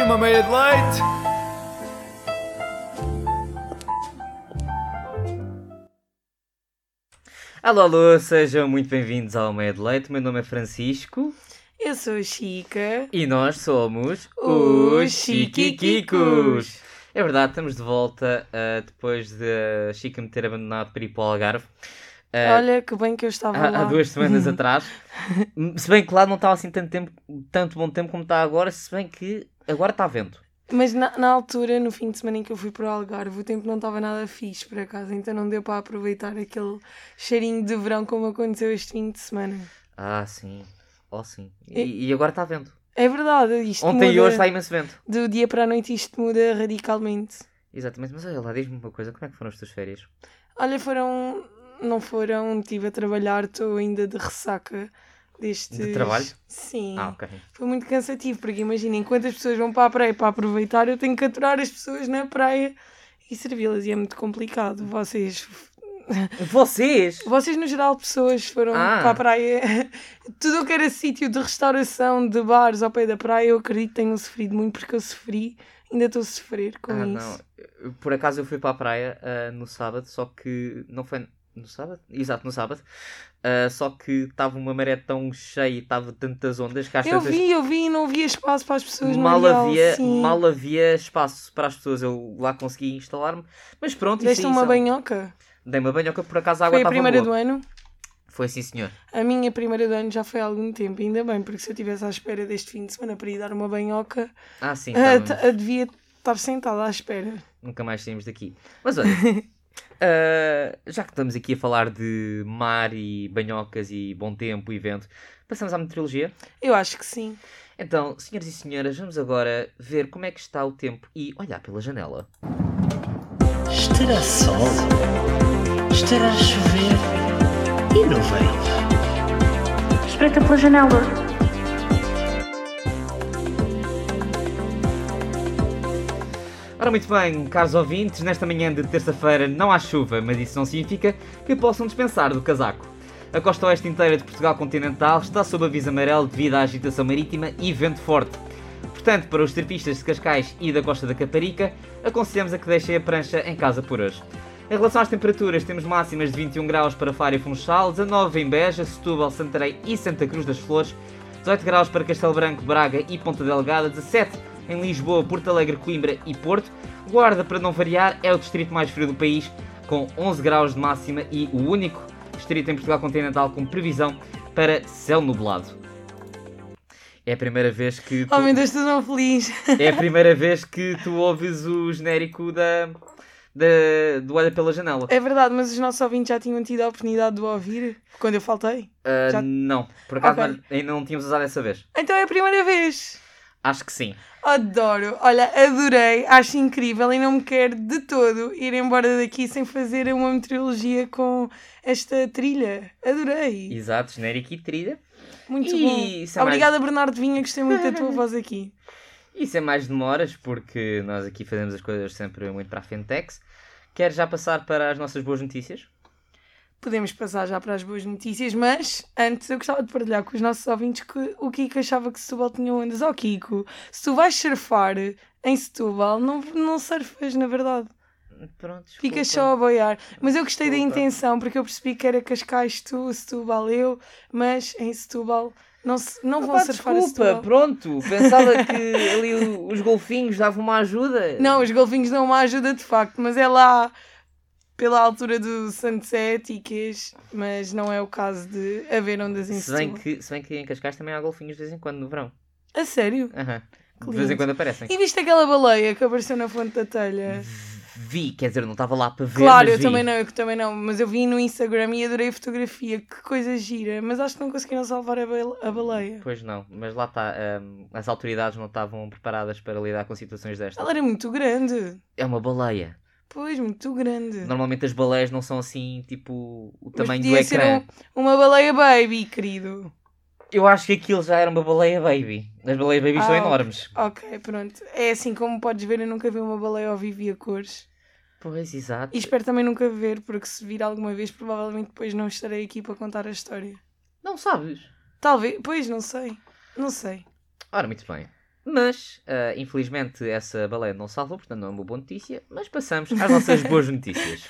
uma meia de leite. Alô, alô, sejam muito bem-vindos ao Meia de Leite. Meu nome é Francisco. Eu sou a Chica. E nós somos Os Chiquiquicos. É verdade, estamos de volta depois de a Chica me ter abandonado para ir para o Algarve. Olha, que bem que eu estava lá. Há 2 semanas atrás. Se bem que lá não estava assim tanto bom tempo como está agora, se bem que agora está vento. Mas na altura, no fim de semana em que eu fui para o Algarve, o tempo não estava nada fixe, por acaso. Então não deu para aproveitar aquele cheirinho de verão como aconteceu este fim de semana. Ah, sim. Oh, sim. E agora está vento. É verdade, isto Ontem muda. e hoje está imenso vento. Do dia para a noite isto muda radicalmente. Exatamente. Mas olha lá, diz-me uma coisa. Como é que foram as tuas férias? Olha, não foram, estive a trabalhar, estou ainda de ressaca destes... De trabalho? Sim. Ah, ok. Foi muito cansativo, porque imaginem, enquanto as pessoas vão para a praia para aproveitar, eu tenho que aturar as pessoas na praia e servi-las, e é muito complicado. Vocês, no geral, pessoas foram para a praia, tudo o que era sítio de restauração, de bares ao pé da praia, eu acredito que tenham sofrido muito, porque eu sofri, ainda estou a sofrer com isso. Não. Por acaso eu fui para a praia no sábado, só que não foi no sábado? Exato, no sábado. Só que estava uma maré tão cheia e estava tantas ondas que às Eu tantas... vi e não havia espaço para as pessoas mal no areal, sim. mal havia espaço para as pessoas. Eu lá consegui instalar-me. Mas pronto, Deste uma banhoca? Dei uma banhoca, por acaso a água Foi a estava primeira boa. do ano? Foi sim, senhor. A minha primeira do ano já foi há algum tempo, ainda bem, porque se eu estivesse à espera deste fim de semana para ir dar uma banhoca, Sim, devia estar sentada à espera. nunca mais saímos daqui. Mas olha, já que estamos aqui a falar de mar e banhocas e bom tempo e vento, passamos à meteorologia? Eu acho que sim. Então, senhores e senhoras, vamos agora ver como é que está o tempo e olhar pela janela. Estará sol? Estará a chover? E não veio? Espreita pela janela. Ora, muito bem, caros ouvintes, nesta manhã de terça-feira não há chuva, mas isso não significa que possam dispensar do casaco. A costa oeste inteira de Portugal continental está sob aviso amarelo devido à agitação marítima e vento forte. Portanto, para os surfistas de Cascais e da Costa da Caparica, aconselhamos a que deixem a prancha em casa por hoje. Em relação às temperaturas, temos máximas de 21 graus para Faro e Funchal, 19 em Beja, Setúbal, Santarém e Santa Cruz das Flores, 18 graus para Castelo Branco, Braga e Ponta Delgada, 17 em Lisboa, Porto Alegre, Coimbra e Porto. Guarda, para não variar, é o distrito mais frio do país, com 11 graus de máxima e o único distrito em Portugal continental com previsão para céu nublado. É a primeira vez que tu... Oh meu Deus, estou tão feliz. É a primeira vez que tu ouves o genérico do Olha pela Janela. É verdade, mas os nossos ouvintes já tinham tido a oportunidade de o ouvir quando eu faltei? Não, por acaso Ok. ainda não tínhamos usado essa vez. Então é a primeira vez. Acho que sim. Adoro, olha, adorei, acho incrível e não me quero de todo ir embora daqui sem fazer uma meteorologia com esta trilha. Adorei, Exato, genérico e trilha. muito E bom. isso é Obrigada, Bernardo Vinha, gostei muito da tua voz aqui. Isso é mais demoras, porque nós aqui fazemos as coisas sempre muito para a Fentex. Queres já passar para as nossas boas notícias? Podemos passar já para as boas notícias, mas antes eu gostava de partilhar com os nossos ouvintes que o Kiko achava que Setúbal tinha ondas. Oh Kiko, se tu vais surfar em Setúbal, não surfas, na verdade. Pronto, desculpa. Ficas só a boiar. Mas eu gostei da Desculpa. intenção, porque eu percebi que era Cascais tu, Setúbal eu, mas em Setúbal não vão surfar a desculpa, Setúbal. pronto. Pensava que ali os golfinhos davam uma ajuda. Não, os golfinhos dão uma ajuda de facto, mas é lá pela altura do sunset e queijo, mas não é o caso de haver ondas em Se bem Setúbal. que em Cascais também há golfinhos de vez em quando no verão. A sério? Aham. Que De vez em lindo. quando aparecem. E viste aquela baleia que apareceu na fonte da telha? Vi, quer dizer, não estava lá para ver, Claro, mas eu vi. também não, mas eu vi no Instagram e adorei a fotografia, que coisa gira, mas acho que não conseguiram salvar a baleia. Pois não, mas lá está, as autoridades não estavam preparadas para lidar com situações destas. Ela era muito grande, É uma baleia. pois, muito grande. Normalmente as baleias não são assim, tipo, o Mas tamanho do podia ser ecrã. uma baleia baby, querido. Eu acho que aquilo já era uma baleia baby. As baleias baby são Ah, enormes. Ok, pronto. É assim, como podes ver, eu nunca vi uma baleia ao vivo e a cores. Pois, exato. E espero também nunca ver, porque se vir alguma vez, provavelmente depois não estarei aqui para contar a história. Não sabes? Talvez, pois, não sei. Não sei. Ora, muito bem. Mas, infelizmente, essa baleia não salvou, portanto não é uma boa notícia. Mas passamos às nossas boas notícias.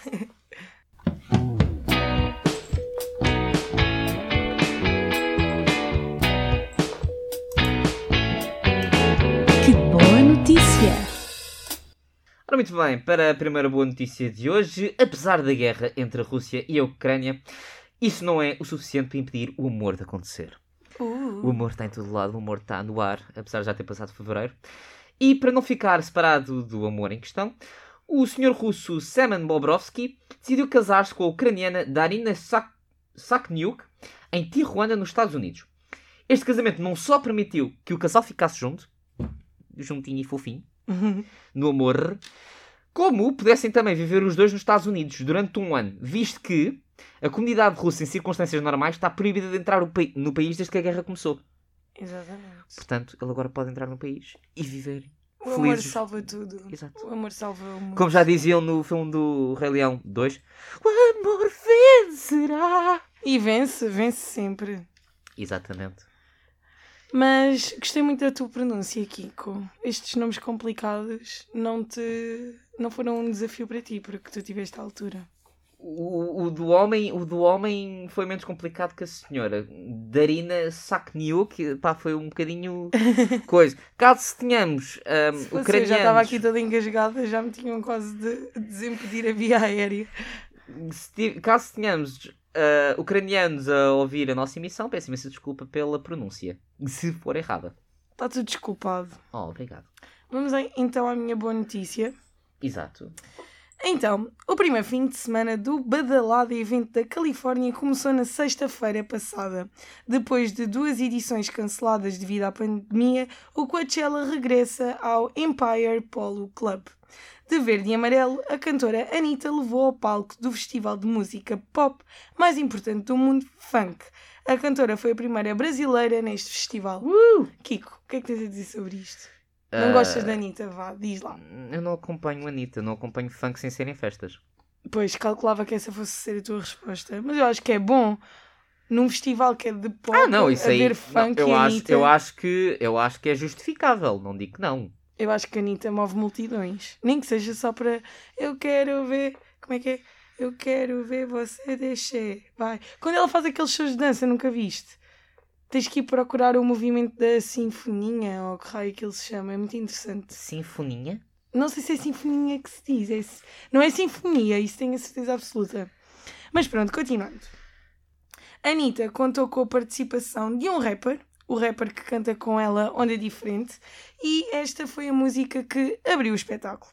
Que boa notícia! Ora, muito bem, para a primeira boa notícia de hoje, apesar da guerra entre a Rússia e a Ucrânia, isso não é o suficiente para impedir o amor de acontecer. O amor está em todo lado, o amor está no ar, apesar de já ter passado fevereiro. E para não ficar separado do amor em questão, o senhor russo Semen Bobrovsky decidiu casar-se com a ucraniana Darina Sakniuk em Tijuana, nos Estados Unidos. Este casamento não só permitiu que o casal ficasse juntinho e fofinho, no amor, como pudessem também viver os dois nos Estados Unidos durante um ano, visto que a comunidade russa, em circunstâncias normais, está proibida de entrar no país desde que a guerra começou. Exatamente. Portanto, ele agora pode entrar no país e viver O felizes. amor salva tudo. Exato. O amor salva o mundo. Como já diziam no filme do Rei Leão 2, o amor vencerá. E vence sempre. Exatamente. Mas gostei muito da tua pronúncia, Kiko. Estes nomes complicados não foram um desafio para ti, porque tu tiveste a altura. O do homem foi menos complicado que a senhora. Darina Sakniuk, pá, foi um bocadinho coisa. Caso tenhamos ucranianos... Eu já estava aqui toda engasgada, já me tinham quase de desimpedir a via aérea. Caso tenhamos ucranianos a ouvir a nossa emissão, peço imensa desculpa pela pronúncia, se for errada. Está tudo desculpado. Oh, obrigado. Vamos então à minha boa notícia. Exato. Então, o primeiro fim de semana do badalado evento da Califórnia começou na sexta-feira passada. Depois de 2 edições canceladas devido à pandemia, o Coachella regressa ao Empire Polo Club. De verde e amarelo, a cantora Anitta levou ao palco do festival de música pop mais importante do mundo, funk. A cantora foi a primeira brasileira neste festival. Kiko, o que é que tens a dizer sobre isto? Não gostas da Anitta? Vá, diz lá. Eu não acompanho a Anitta, não acompanho funk sem serem festas. Pois, calculava que essa fosse ser a tua resposta. Mas eu acho que é bom, num festival que é de pop, não, isso aí, haver funk não, e Anitta. eu acho que é justificável, não digo que não. Eu acho que a Anitta move multidões. Nem que seja só para... Eu quero ver... Como é que é? Eu quero ver você descer. Vai. Quando ela faz aqueles shows de dança, nunca viste? Tens que ir procurar o movimento da sinfonia, ou que raio que ele se chama. É muito interessante. Sinfonia? Não sei se é sinfonia que se diz. Não é sinfonia, isso tenho a certeza absoluta. Mas pronto, continuando. A Anitta contou com a participação de um rapper, o rapper que canta com ela Onda Diferente, e esta foi a música que abriu o espetáculo.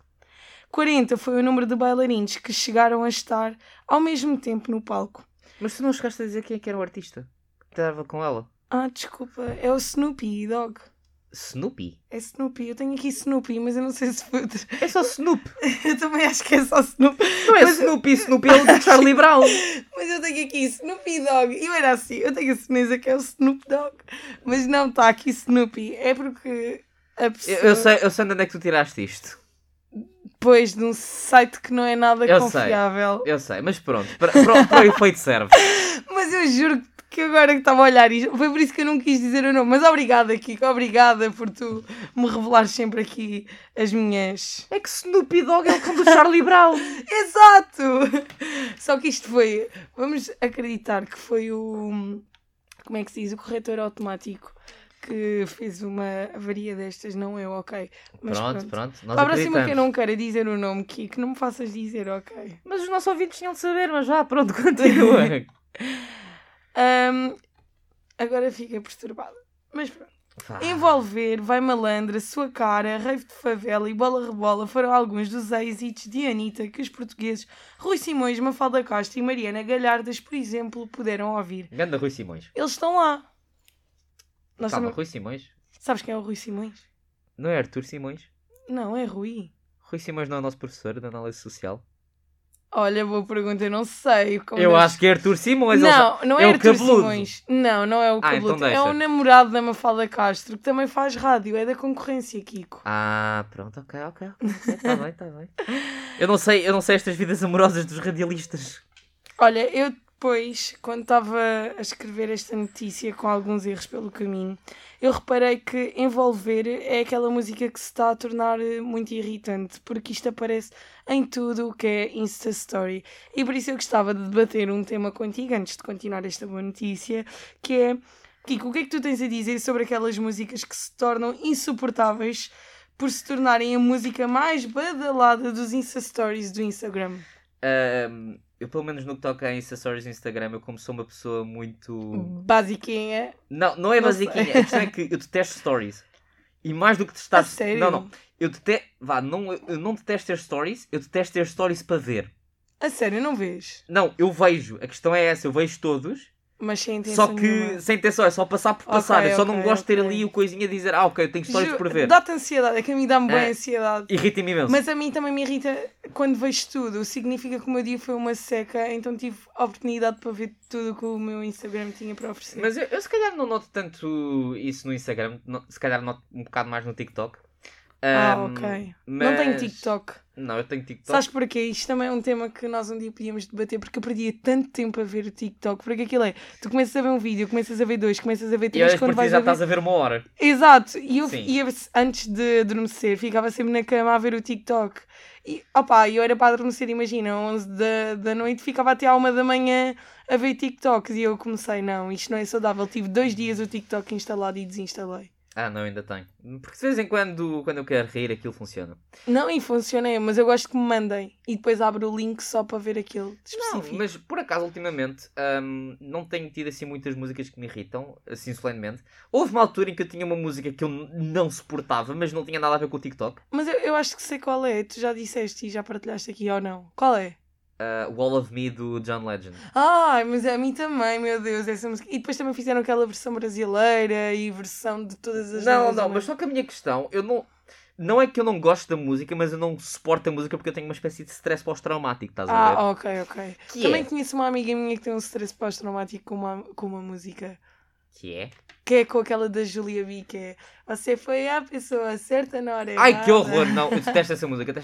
40 foi o número de bailarinos que chegaram a estar ao mesmo tempo no palco. Mas tu não chegaste a dizer quem é que era o artista que estava com ela? Ah, desculpa, é o Snoopy Dogg. Snoopy? É Snoopy, eu tenho aqui Snoopy, mas eu não sei se foi... É só Snoop. Eu também acho que é só Snoopy. Não é Snoopy, Snoopy é o do Charlie Brown. Mas eu tenho aqui Snoopy Dogg. E eu era assim, eu tenho a certeza que é o Snoop Dogg. Mas não está aqui Snoopy. É porque a pessoa... Eu sei de onde é que tu tiraste isto. Depois de um site que não é nada confiável. Eu sei, mas pronto, para o efeito serve. Mas eu juro que agora que estava a olhar isto, foi por isso que eu não quis dizer o nome. Mas obrigada, Kiko, obrigada por tu me revelares sempre aqui as minhas... É que Snoopy Dogg é o cão do Charlie Brown. Exato! Só que isto foi... Vamos acreditar que foi o... Como é que se diz? O corretor automático que fez uma avaria destas, não eu, ok. Mas pronto. Nós para a próxima acreditamos. que eu não quero dizer o nome, que não me faças dizer, ok. Mas os nossos ouvintes tinham de saber, mas já, pronto, continua. Agora fica perturbada. Mas pronto. Envolver, Vai Malandra, Sua Cara, Rave de Favela e Bola Rebola foram alguns dos êxitos de Anitta que os portugueses Rui Simões, Mafalda Castro e Mariana Galhardas, por exemplo, puderam ouvir. Ganda Rui Simões. Eles estão lá. Rui Simões? Sabes quem é o Rui Simões? Não é Arthur Simões? Não, é Rui. Rui Simões não é o nosso professor de análise social? Olha, boa pergunta, eu não sei. Eu acho que é Arthur Simões. Não é Arthur cabeludo. Simões. Não é o cabeludo. Então é o namorado da Mafalda Castro, que também faz rádio. É da concorrência, Kiko. Pronto, ok. Está bem. Eu não sei estas vidas amorosas dos radialistas. Olha, eu Pois, quando estava a escrever esta notícia com alguns erros pelo caminho, eu reparei que envolver é aquela música que se está a tornar muito irritante, porque isto aparece em tudo o que é Insta Story. E por isso eu gostava de debater um tema contigo, antes de continuar esta boa notícia, que é, Kiko, o que é que tu tens a dizer sobre aquelas músicas que se tornam insuportáveis por se tornarem a música mais badalada dos Insta Stories do Instagram? Eu, pelo menos no que toca a Insta Stories no Instagram, eu como sou uma pessoa muito... Basiquinha. Não é Não basiquinha. sei. A questão é que eu detesto stories. E mais do que testar... A sério? Não. Eu detesto... eu não detesto ter stories, eu detesto ter stories para ver. A sério, não vês? Não, eu vejo. A questão é essa, eu vejo todos. Mas sem intenção Só que nenhuma. sem intenção, é só passar por passar. Eu só não ok, gosto de ter ok. ali o coisinha de dizer ok, eu tenho stories por ver. Dá-te ansiedade, é que a mim dá-me bem É. ansiedade. Irrita-me imenso. Mas a mim também me irrita quando vejo tudo. Significa que o meu dia foi uma seca, então tive a oportunidade para ver tudo que o meu Instagram tinha para oferecer. Mas eu se calhar não noto tanto isso no Instagram, se calhar noto um bocado mais no TikTok. Ok. Não tenho TikTok. Não, eu tenho TikTok. Sabes porquê? Isto também é um tema que nós um dia podíamos debater, porque eu perdia tanto tempo a ver o TikTok. Porque aquilo é, tu começas a ver um vídeo, começas a ver dois, começas a ver E três, olha, quando por ti vais já a ver... estás a ver uma hora. Exato, e eu Sim. ia, antes de adormecer, ficava sempre na cama a ver o TikTok. E eu era para adormecer, imagina, 11 da noite, ficava até à 1 da manhã a ver TikToks. E eu comecei, não, isto não é saudável. Tive 2 dias o TikTok instalado e desinstalei. Não, ainda tenho. Porque de vez em quando eu quero rir, aquilo funciona. Não, e funcionei, mas eu gosto que me mandem. E depois abro o link só para ver aquilo de Não, específico. mas por acaso, ultimamente, não tenho tido assim muitas músicas que me irritam, assim solenemente. Houve uma altura em que eu tinha uma música que eu não suportava, mas não tinha nada a ver com o TikTok. Mas eu acho que sei qual é. Tu já disseste e já partilhaste aqui ou não? Qual é? Wall of Me, do John Legend. Ai, mas a mim também, meu Deus, essa música. E depois também fizeram aquela versão brasileira e versão de todas as Não, línguas, mas só que a minha questão, eu não... Não é que eu não gosto da música, mas eu não suporto a música porque eu tenho uma espécie de stress pós-traumático, estás a ver? Ok. Que Também é? conheço uma amiga minha que tem um stress pós-traumático com uma música. Que é? Que é com aquela da Julia B, que é você foi a pessoa certa na hora Ai, errada. que horror! Não, eu detesto essa música,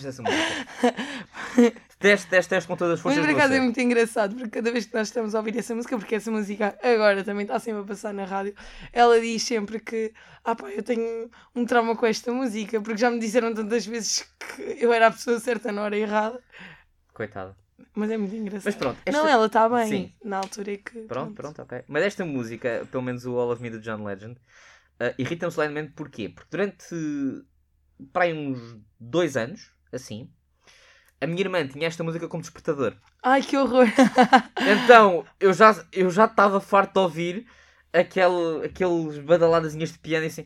detesto com todas as Mas forças por do meu acaso é ser. muito engraçado, porque cada vez que nós estamos a ouvir essa música, porque essa música agora também está sempre a passar na rádio, ela diz sempre que eu tenho um trauma com esta música, porque já me disseram tantas vezes que eu era a pessoa certa na hora errada. Coitada. Mas é muito engraçado. Mas pronto, Não, ela está bem. Sim. Na altura é que... Pronto, ok. Mas esta música, pelo menos o All of Me do John Legend, irrita-me solenemente porquê? Porque durante para aí uns 2 anos, assim, a minha irmã tinha esta música como despertador. Ai, que horror! Então, eu já estava farto de ouvir aqueles badaladazinhas de piano e assim...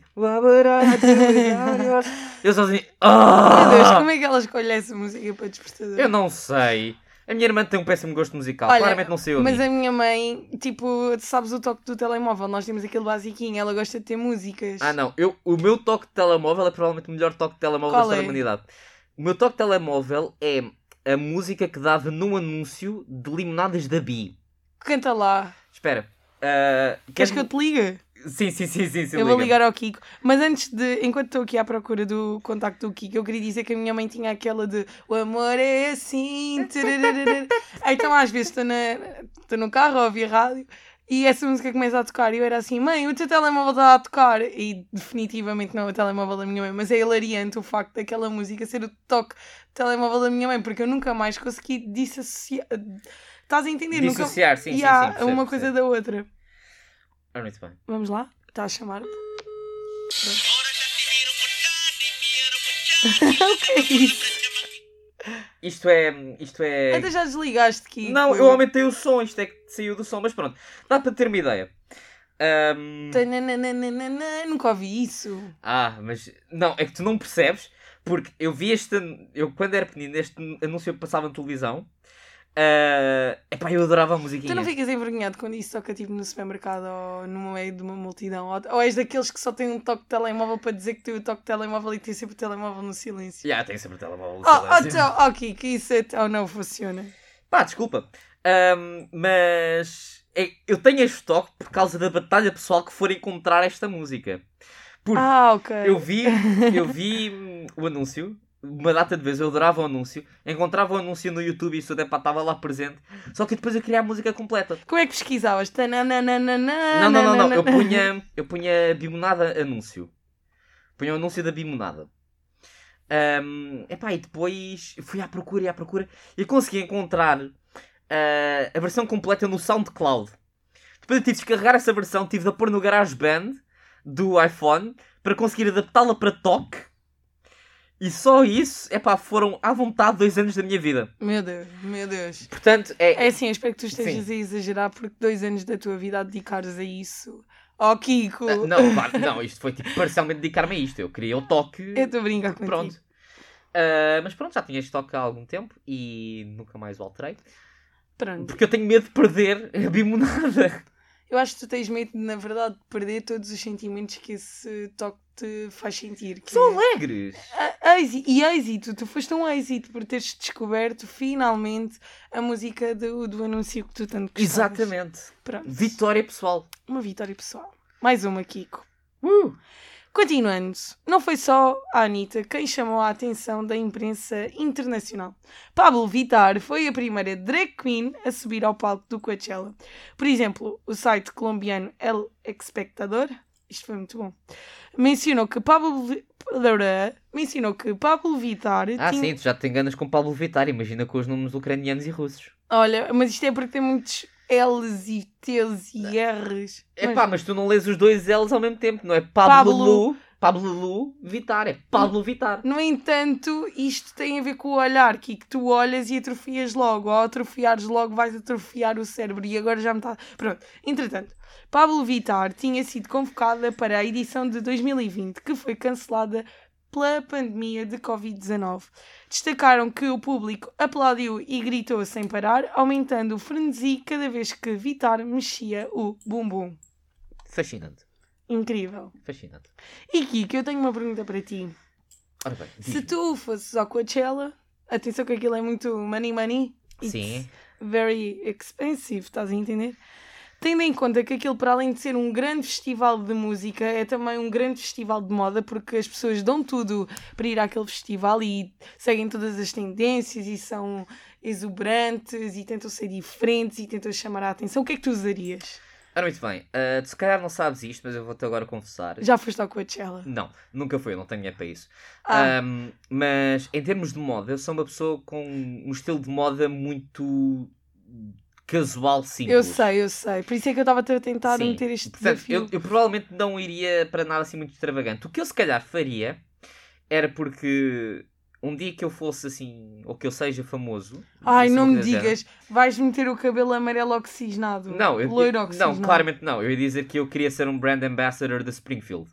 Eu só assim... Meu Deus, como é que ela escolhe essa música para despertador? Eu não sei. A minha irmã tem um péssimo gosto musical. Olha, Claramente não sei ouvir. mas a minha mãe, tipo, sabes o toque do telemóvel? Nós temos aquele basiquinho, ela gosta de ter músicas. Não. O meu toque de telemóvel é provavelmente o melhor toque de telemóvel da Qual história é? da humanidade. O meu toque de telemóvel é a música que dava num anúncio de limonadas da Bi. Canta lá. Espera. Queres que eu te ligue? Sim, Eu vou ligar ao Kiko. Mas antes de, enquanto estou aqui à procura do contacto do Kiko, eu queria dizer que a minha mãe tinha aquela de o amor é assim. Tararara. Então às vezes estou no carro a ouvir rádio e essa música começa a tocar e eu era assim, mãe, o teu telemóvel está a tocar. E definitivamente não é o telemóvel da minha mãe, mas é hilariante o facto daquela música ser o toque do telemóvel da minha mãe, porque eu nunca mais consegui dissociar. Estás a entender? Dissociar, sim, sim, percebo, uma percebo. coisa da outra. Muito bem. Vamos lá? Está a chamar? O que é isso? Isto é... Até já desligaste, Kiko. Não, eu aumentei o som. Isto é que saiu do som, mas pronto. Dá para ter uma ideia. Tananana, nunca ouvi isso. Mas... Não, é que tu não percebes. Porque eu vi eu quando era pequenino, este anúncio passava na televisão. Eu adorava a musiquinha. Tu não ficas envergonhado quando isso toca tipo no supermercado ou no meio de uma multidão? Ou és daqueles que só têm um toque de telemóvel para dizer que tem o toque de telemóvel e tem sempre o telemóvel no silêncio? Tem sempre o telemóvel. Então, Kiko, isso então não funciona. Desculpa. Mas eu tenho este toque por causa da batalha pessoal que for encontrar esta música. Porque Ok. eu vi o anúncio uma data de vezes, eu adorava o anúncio, encontrava o anúncio no YouTube e isso estava lá presente, só que depois eu queria a música completa. Como é que pesquisavas? Não, eu punha Bimonada anúncio. Punha o anúncio da Bimonada. E depois fui à procura e consegui encontrar a versão completa no SoundCloud. Depois eu tive de descarregar essa versão, tive de a pôr no GarageBand do iPhone para conseguir adaptá-la para toque. E só isso, foram à vontade 2 anos da minha vida. Meu Deus. Portanto, É assim, eu espero que tu estejas Sim. a exagerar, porque 2 anos da tua vida a dedicares a isso. Oh, Kiko! Não, claro, não, isto foi tipo parcialmente dedicar-me a isto. Eu queria o toque. Eu estou a brincar contigo. Pronto. Mas pronto, já tinha este toque há algum tempo e nunca mais o alterei. Pronto. Porque eu tenho medo de perder a Bimonada. Eu acho que tu tens medo, na verdade, de perder todos os sentimentos que esse toque te faz sentir. Que São alegres! êxito. Tu foste um êxito por teres descoberto, finalmente, a música do anúncio que tu tanto gostavas. Exatamente. Pronto. Vitória pessoal. Uma vitória pessoal. Mais uma, Kiko. Continuando, não foi só a Anitta quem chamou a atenção da imprensa internacional. Pablo Vittar foi a primeira drag queen a subir ao palco do Coachella. Por exemplo, o site colombiano El Espectador, isto foi muito bom, mencionou que Pablo Vittar Sim, tu já te enganas com Pablo Vittar. Imagina com os nomes ucranianos e russos. Olha, mas isto é porque tem muitos L's e T's e R's. Mas tu não lês os 2 L's ao mesmo tempo, não é? Pablo Lu Vittar, é Pablo Vittar. No entanto, isto tem a ver com o olhar, que tu olhas e atrofias logo. Ao atrofiares logo vais atrofiar o cérebro. E agora já me está... Pronto. Entretanto, Pablo Vittar tinha sido convocada para a edição de 2020, que foi cancelada pela pandemia de Covid-19. Destacaram que o público aplaudiu e gritou sem parar, aumentando o frenesi cada vez que Vittar mexia o bumbum. Fascinante. Incrível. Fascinante. E Kiko, eu tenho uma pergunta para ti. Ora bem, Se tu fosses ao Coachella, atenção que aquilo é muito money, it's sim. very expensive, estás a entender? Tendo em conta que aquilo, para além de ser um grande festival de música, é também um grande festival de moda, porque as pessoas dão tudo para ir àquele festival e seguem todas as tendências e são exuberantes e tentam ser diferentes e tentam chamar a atenção. O que é que tu usarias? Ora, muito bem. Tu se calhar não sabes isto, mas eu vou-te agora confessar. Já foste ao Coachella? Não, nunca fui, eu não tenho dinheiro para isso. Ah. Mas em termos de moda, eu sou uma pessoa com um estilo de moda muito casual, simples. Eu sei. Por isso é que eu estava a tentar Sim. meter este Portanto, desafio. eu provavelmente não iria para nada assim muito extravagante. O que eu se calhar faria era porque um dia que eu fosse assim, ou que eu seja famoso... Ai, assim, não me coisa do digas, vais meter o cabelo amarelo oxigenado. Não, Loiro oxigenado. não, claramente não. Eu ia dizer que eu queria ser um brand ambassador da Springfield.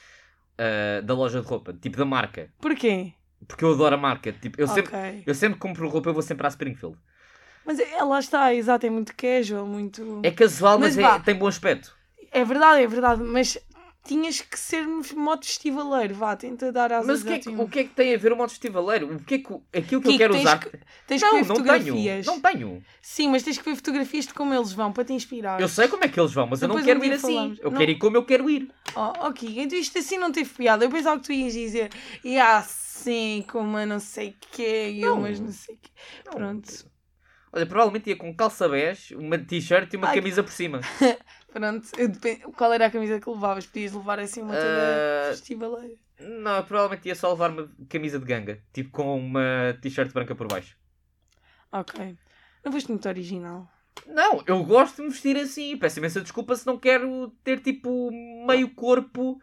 Da loja de roupa, tipo da marca. Porquê? Porque eu adoro a marca. Tipo, eu Ok. sempre compro roupa, eu vou sempre à Springfield. Mas lá está, exato, é muito casual, muito... É casual, mas vá. tem bom aspecto. É verdade, mas tinhas que ser modo festivaleiro, vá, tenta dar às Mas o que é que tem a ver o modo festivaleiro? Aquilo que eu Kiko, quero usar... Tens que ver fotografias. Não tenho. Sim, mas tens que ver fotografias de como eles vão, para te inspirar. Eu sei como é que eles vão, mas Depois eu não quero um ir dia assim. falamos. Eu Não. quero ir como eu quero ir. Ok, então isto assim não teve piada. Eu pensava que tu ias dizer, e assim, como a não sei o quê, Não. mas não sei o quê. Não. Pronto. Olha, provavelmente ia com calça bege, uma t-shirt e uma camisa por cima. Pronto, qual era a camisa que levavas? Podias levar assim uma toda festivaleira. Não, eu provavelmente ia só levar uma camisa de ganga. Tipo com uma t-shirt branca por baixo. Ok. Não foste muito original. Não, eu gosto de me vestir assim. Peço imensa desculpa se não quero ter tipo meio corpo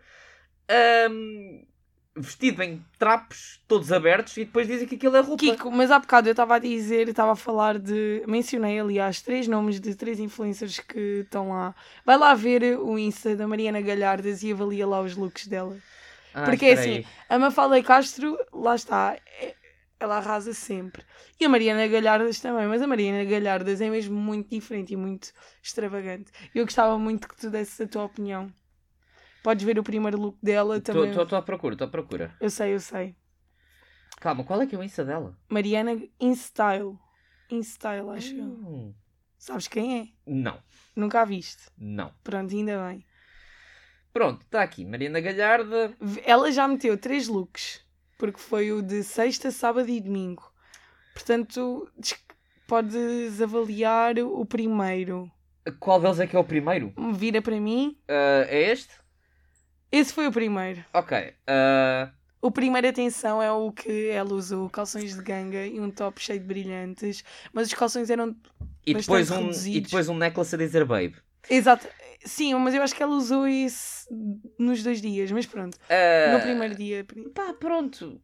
vestido em trapos todos abertos e depois dizem que aquilo é roupa. Kiko, mas há bocado eu estava a falar mencionei aliás 3 nomes de 3 influencers que estão lá. Vai lá ver o Insta da Mariana Galhardas e avalia lá os looks dela. Porque é assim, a Mafalda Castro, lá está, ela arrasa sempre. E a Mariana Galhardas também, mas a Mariana Galhardas é mesmo muito diferente e muito extravagante. Eu gostava muito que tu desses a tua opinião. Podes ver o primeiro look dela também. Estou à procura. Eu sei. Calma, qual é que é o Insta dela? Mariana InStyle, acho eu. Sabes quem é? Não. Nunca a viste? Não. Pronto, ainda bem. Pronto, está aqui. Mariana Galharda. Ela já meteu 3 looks. porque foi o de sexta, sábado e domingo. Portanto, podes avaliar o primeiro. Qual deles é que é o primeiro? Vira para mim. É este? Esse foi o primeiro. Ok. O primeiro, atenção, é o que ela usou, calções de ganga e um top cheio de brilhantes, mas os calções eram bastante reduzidos. E depois um necklace a dizer babe. Exato. Sim, mas eu acho que ela usou isso nos 2 dias, mas pronto. No primeiro dia. Pá, pronto.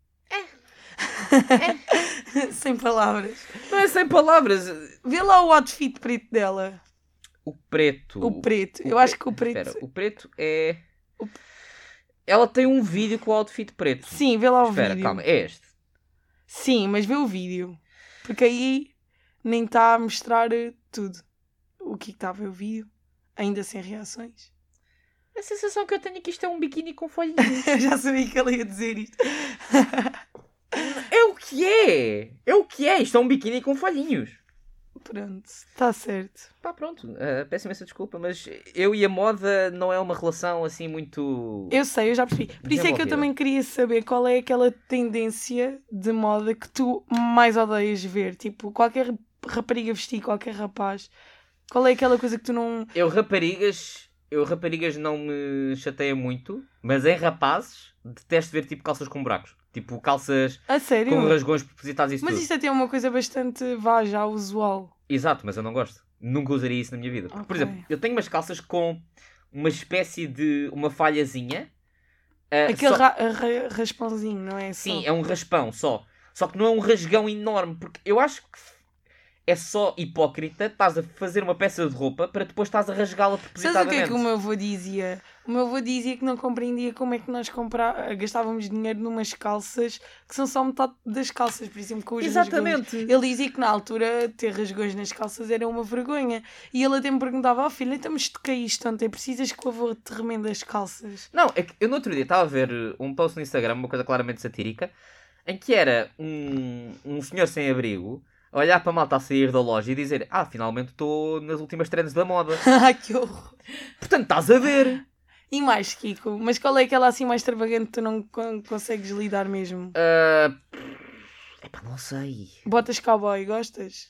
Sem palavras. Não é sem palavras. Vê lá o outfit preto dela. O preto. O preto. Eu acho que o preto... Espera, o preto é... Ela tem um vídeo com o outfit preto. Sim, vê lá o Espera, vídeo. calma, é este. Sim, mas vê o vídeo. Porque aí nem está a mostrar tudo. O que está a ver o vídeo. Ainda sem reações. A sensação que eu tenho é que isto é um biquíni com folhinhas. Eu já sabia que ela ia dizer isto. É o que é! É o que é! Isto é um biquíni com folhinhos. Pronto, está certo. Pá, pronto. Peço imensa desculpa, mas eu e a moda não é uma relação assim muito... Eu sei, eu já percebi. Por isso é que eu também queria saber qual é aquela tendência de moda que tu mais odeias ver. Tipo, qualquer rapariga vestir, qualquer rapaz. Qual é aquela coisa que tu não... Eu raparigas não me chateia muito, mas em rapazes detesto ver tipo calças com buracos. Tipo calças A sério? com rasgões propositados e isso Mas tudo. isso até é uma coisa bastante já usual. Exato, mas eu não gosto. Nunca usaria isso na minha vida. Por Ok. exemplo, eu tenho umas calças com uma espécie de... uma falhazinha. Aquele raspãozinho, não é? Sim, é um raspão só. Só que não é um rasgão enorme, porque eu acho que é só hipócrita. Estás a fazer uma peça de roupa para depois estás a rasgá-la Sabes propositadamente. o que é que o meu avô dizia? O meu avô dizia que não compreendia como é que nós gastávamos dinheiro numas calças que são só metade das calças, por exemplo, com os Exatamente. rasgões. Ele dizia que na altura ter rasgões nas calças era uma vergonha. E ele até me perguntava: filha, então mas te caíste ontem, precisas que o avô te remenda as calças? Não, é que eu no outro dia estava a ver um post no Instagram, uma coisa claramente satírica, em que era um senhor sem abrigo a olhar para a malta a sair da loja e dizer: finalmente estou nas últimas trends da moda. Ai, que horror! Portanto, estás a ver. E mais, Kiko? Mas qual é aquela assim mais extravagante que tu não consegues lidar mesmo? Epá, não sei. Botas cowboy, gostas?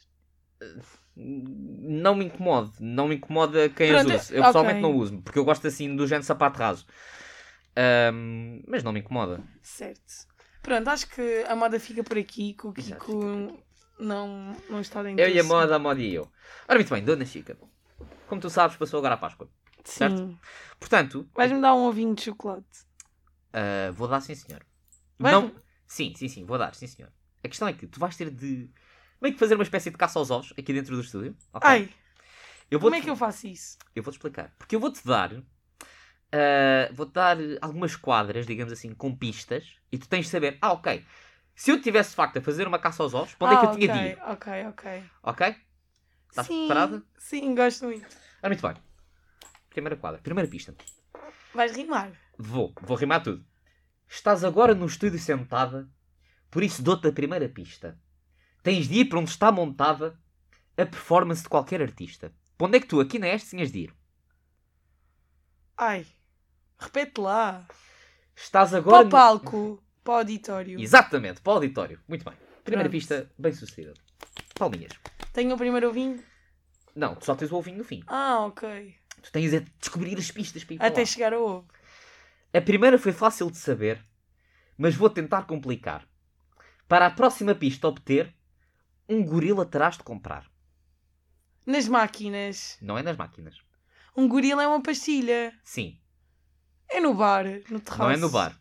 Não me incomoda. Não me incomoda quem Pronto, as usa. Eu pessoalmente ok. não uso, porque eu gosto assim do género sapato raso. Mas não me incomoda. Certo. Pronto, acho que a moda fica por aqui, que o Exato, Kiko não está dentro Eu e a do moda, a moda e eu. Ora, muito bem, Dona Chica. Como tu sabes, passou agora a Páscoa. certo? Sim. Portanto, Vais-me dar um ovinho de chocolate. vou dar, sim senhor. Vais- Não... Sim, vou dar, sim senhor. A questão é que tu vais ter de meio que fazer uma espécie de caça aos ovos aqui dentro do estúdio. Ok? Ai, Eu como vou-te- é que eu faço isso? Eu vou-te explicar. Porque eu vou-te dar... vou-te dar algumas quadras, digamos assim, com pistas. E tu tens de saber... ok. Se eu tivesse, de facto, a fazer uma caça aos ovos, para onde é que eu tinha de ir? Ok. Ok? Estás Sim, preparada? sim, gosto muito. Ora, muito bem. Primeira quadra. Primeira pista. Vais rimar. Vou rimar tudo. Estás agora no estúdio sentada, por isso dou-te a primeira pista. Tens de ir para onde está montada a performance de qualquer artista. Para onde é que tu, aqui na Este, tinhas de ir? Ai, repete lá. Estás Para agora... o palco, para o auditório. Exatamente, para o auditório. Muito bem. Primeira Pronto. pista, bem sucedida. Palminhas. Tenho o primeiro ovinho? Não, tu só tens o ovinho no fim. Ah, ok. Tu tens de descobrir as pistas para ir para Até lá. chegar ao ovo. A primeira foi fácil de saber, mas vou tentar complicar. Para a próxima pista obter, um gorila terás de comprar. Nas máquinas. Não é nas máquinas. Um gorila é uma pastilha. Sim, É no bar, no terraço. não é no bar.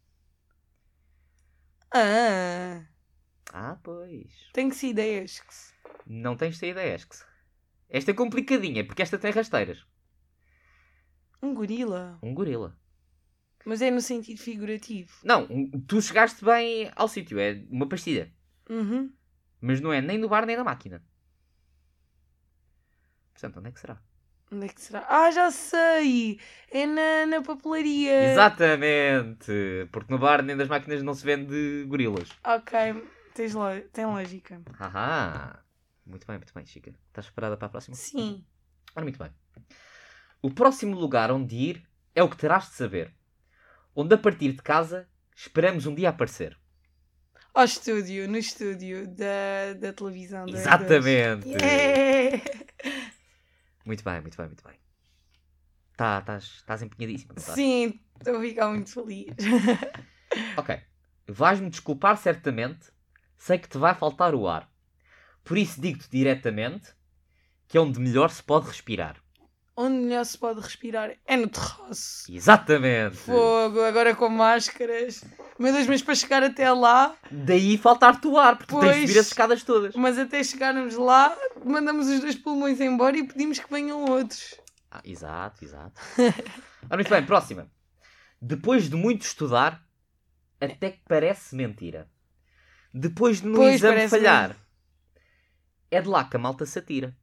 Ah, Pois. tenho que ser ideias. Não tens de ter ideias. Esta é complicadinha, porque esta tem rasteiras. Um gorila. Um gorila. Mas é no sentido figurativo. Não, tu chegaste bem ao sítio. É uma pastilha. Uhum. Mas não é nem no bar nem na máquina. Portanto, onde é que será? Onde é que será? Ah, já sei! É na papelaria. Exatamente! Porque no bar nem das máquinas não se vende gorilas. Ok, tem lógica. Haha! Muito bem, Chica. Estás preparada para a próxima? Sim. Ora, muito bem. O próximo lugar onde ir é o que terás de saber. Onde a partir de casa esperamos um dia aparecer. Ao estúdio, no estúdio da televisão. Exatamente. Yeah! Muito bem, muito bem, muito bem. Estás empenhadíssimo, não estás? Sim, estou a ficar muito feliz. Ok. Vais-me desculpar certamente. Sei que te vai faltar o ar. Por isso digo-te diretamente que é onde melhor se pode respirar. Onde melhor se pode respirar é no terraço. Exatamente. Fogo, agora com máscaras. Meu Deus, mas para chegar até lá... Daí faltar-te o ar, porque tu tens de Pois. subir as escadas todas. Mas até chegarmos lá, mandamos os 2 pulmões embora e pedimos que venham outros. Exato. Ora, muito bem, próxima. Depois de muito estudar, até que parece mentira. Depois de no Pois, exame parece falhar, é de lá que a malta se atira.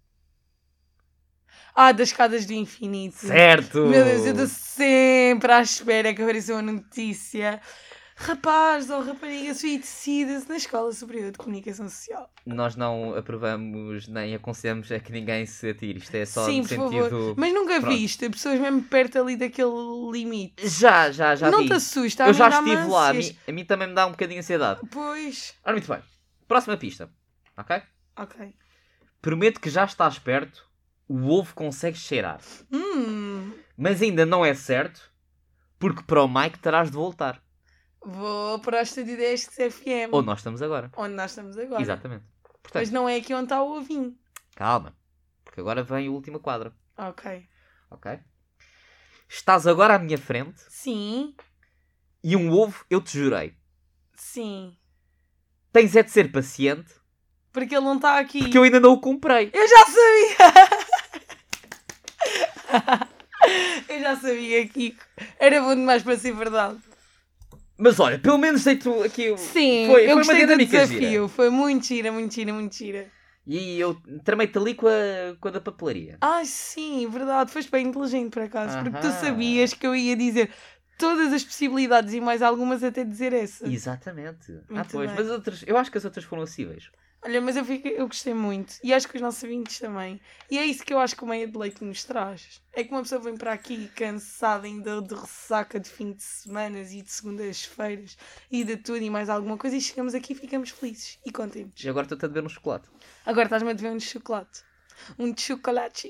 Das escadas do infinito. Certo! Meu Deus, eu estou sempre à espera que apareça uma notícia. Rapaz ou rapariga suicida-se na Escola Superior de Comunicação Social. Nós não aprovamos nem aconselhamos a que ninguém se atire. Isto é só Sim, no por sentido... favor. Mas nunca Pronto. viste pessoas mesmo perto ali daquele limite. Já Não vi. te assusta, a Eu mim já dá-me estive lá. ânsias. A mim também me dá um bocadinho de ansiedade. Pois. Ora, muito bem. Próxima pista. Ok? Ok. Prometo que já estás perto. O ovo consegue cheirar. Mas ainda não é certo. Porque para o Mike terás de voltar. Vou para o Estúdio 10 FM. Onde nós estamos agora. Onde nós estamos agora. Exatamente. Portanto, Mas não é aqui onde está o ovinho. calma. Porque agora vem o último quadro. Ok. Ok? Estás agora à minha frente. Sim. E um ovo eu te jurei. Sim. Tens é de ser paciente. Porque ele não está aqui. Porque eu ainda não o comprei. Eu já sabia! Eu já sabia, Kiko. Era bom demais para ser verdade. Mas olha, pelo menos dei-te aqui... Sim, foi eu uma gostei do dinâmica desafio. gira. Foi muito gira, muito gira, muito gira. E eu tramei-te ali com a da papelaria. Sim, verdade. Foste bem inteligente, por acaso. Porque tu Aham. sabias que eu ia dizer todas as possibilidades e mais algumas até dizer essa. Exatamente. Muito Pois. bem. Mas outras, eu acho que as outras foram acessíveis. Olha, mas eu gostei muito. E acho que os nossos ouvintes também. E é isso que eu acho que o Meia de Leite nos traz. É que uma pessoa vem para aqui cansada ainda de ressaca de fim de semanas e de segundas-feiras e de tudo e mais alguma coisa e chegamos aqui e ficamos felizes e contentes. E agora estou-te a beber um chocolate. Agora estás-me a dever um de chocolate. Um de chocolate.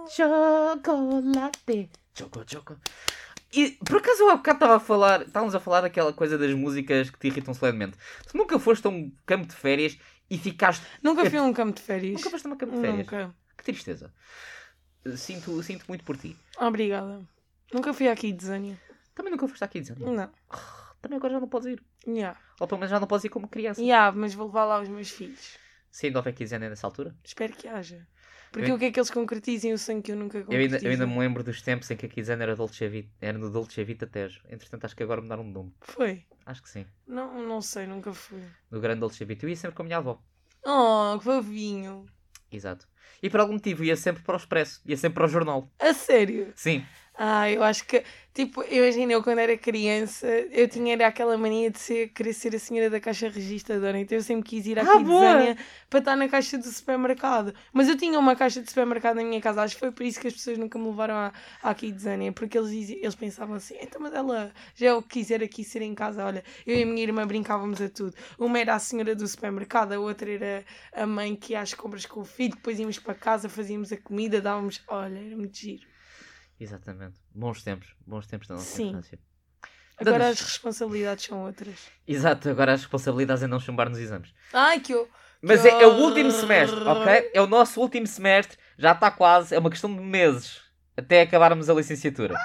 Chocolate. Choco. E por acaso eu há bocado estávamos a falar daquela coisa das músicas que te irritam solenemente. Tu nunca foste a um campo de férias e ficaste... Nunca fui a um campo de férias. Nunca foste a um campo de férias? Nunca. Que tristeza. Sinto muito por ti. Obrigada. Nunca fui aqui de Zânia. Também nunca foste aqui dizer. Não. Também agora já não podes ir. Yeah. Ou pelo menos já não podes ir como criança. Mas vou levar lá os meus filhos. Se ainda houver Kizena nessa altura. Espero que haja. Porque o que é que eles concretizem o sonho que eu nunca concretizo? Eu ainda me lembro dos tempos em que a Kizena era no Dolce Vita Tejo. Entretanto, acho que agora mudaram de nome. Foi? Acho que sim. Não sei, nunca fui. No grande Dolce Vita. Eu ia sempre com a minha avó. Oh, que fofinho. Exato. E por algum motivo ia sempre para o Expresso. Ia sempre para o jornal. A sério? Sim. Eu acho que, eu imagino, eu quando era criança, eu era aquela mania de querer ser a senhora da caixa registradora, então eu sempre quis ir aqui de boa! Zânia para estar na caixa do supermercado. Mas eu tinha uma caixa de supermercado na minha casa, acho que foi por isso que as pessoas nunca me levaram aqui de Zânia, porque eles pensavam assim, então mas ela já é o que quiser aqui ser em casa, olha, eu e a minha irmã brincávamos a tudo. Uma era a senhora do supermercado, a outra era a mãe que ia às compras com o filho, depois íamos para casa, fazíamos a comida, dávamos, olha, era muito giro. Exatamente. Bons tempos da nossa Sim. infância. Agora as responsabilidades são outras. Exato, agora as responsabilidades é não chumbar nos exames. Ai, que eu... Mas é o último semestre, ok? É o nosso último semestre, já está quase, é uma questão de meses até acabarmos a licenciatura.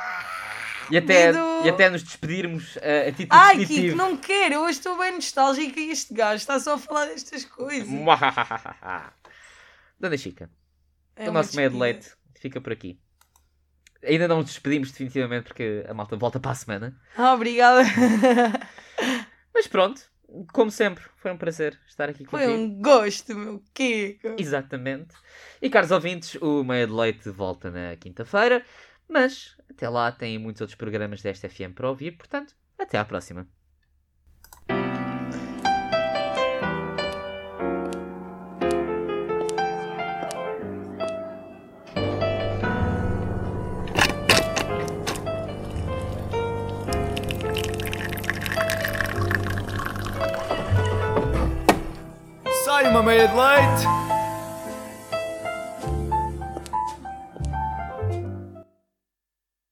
E até nos despedirmos a título Ai, definitivo. Kiko, não quero, eu hoje estou bem nostálgica e este gajo está só a falar destas coisas. Dona Chica, É o uma nosso meio de despedida. leite fica por aqui. Ainda não nos despedimos definitivamente porque a malta volta para a semana. Obrigada. Mas pronto, como sempre, foi um prazer estar aqui Foi contigo. um gosto, meu Kiko. Exatamente. E caros ouvintes, o Meia de Leite volta na quinta-feira, mas até lá têm muitos outros programas desta FM para ouvir, portanto, até à próxima. chá e uma meia de leite.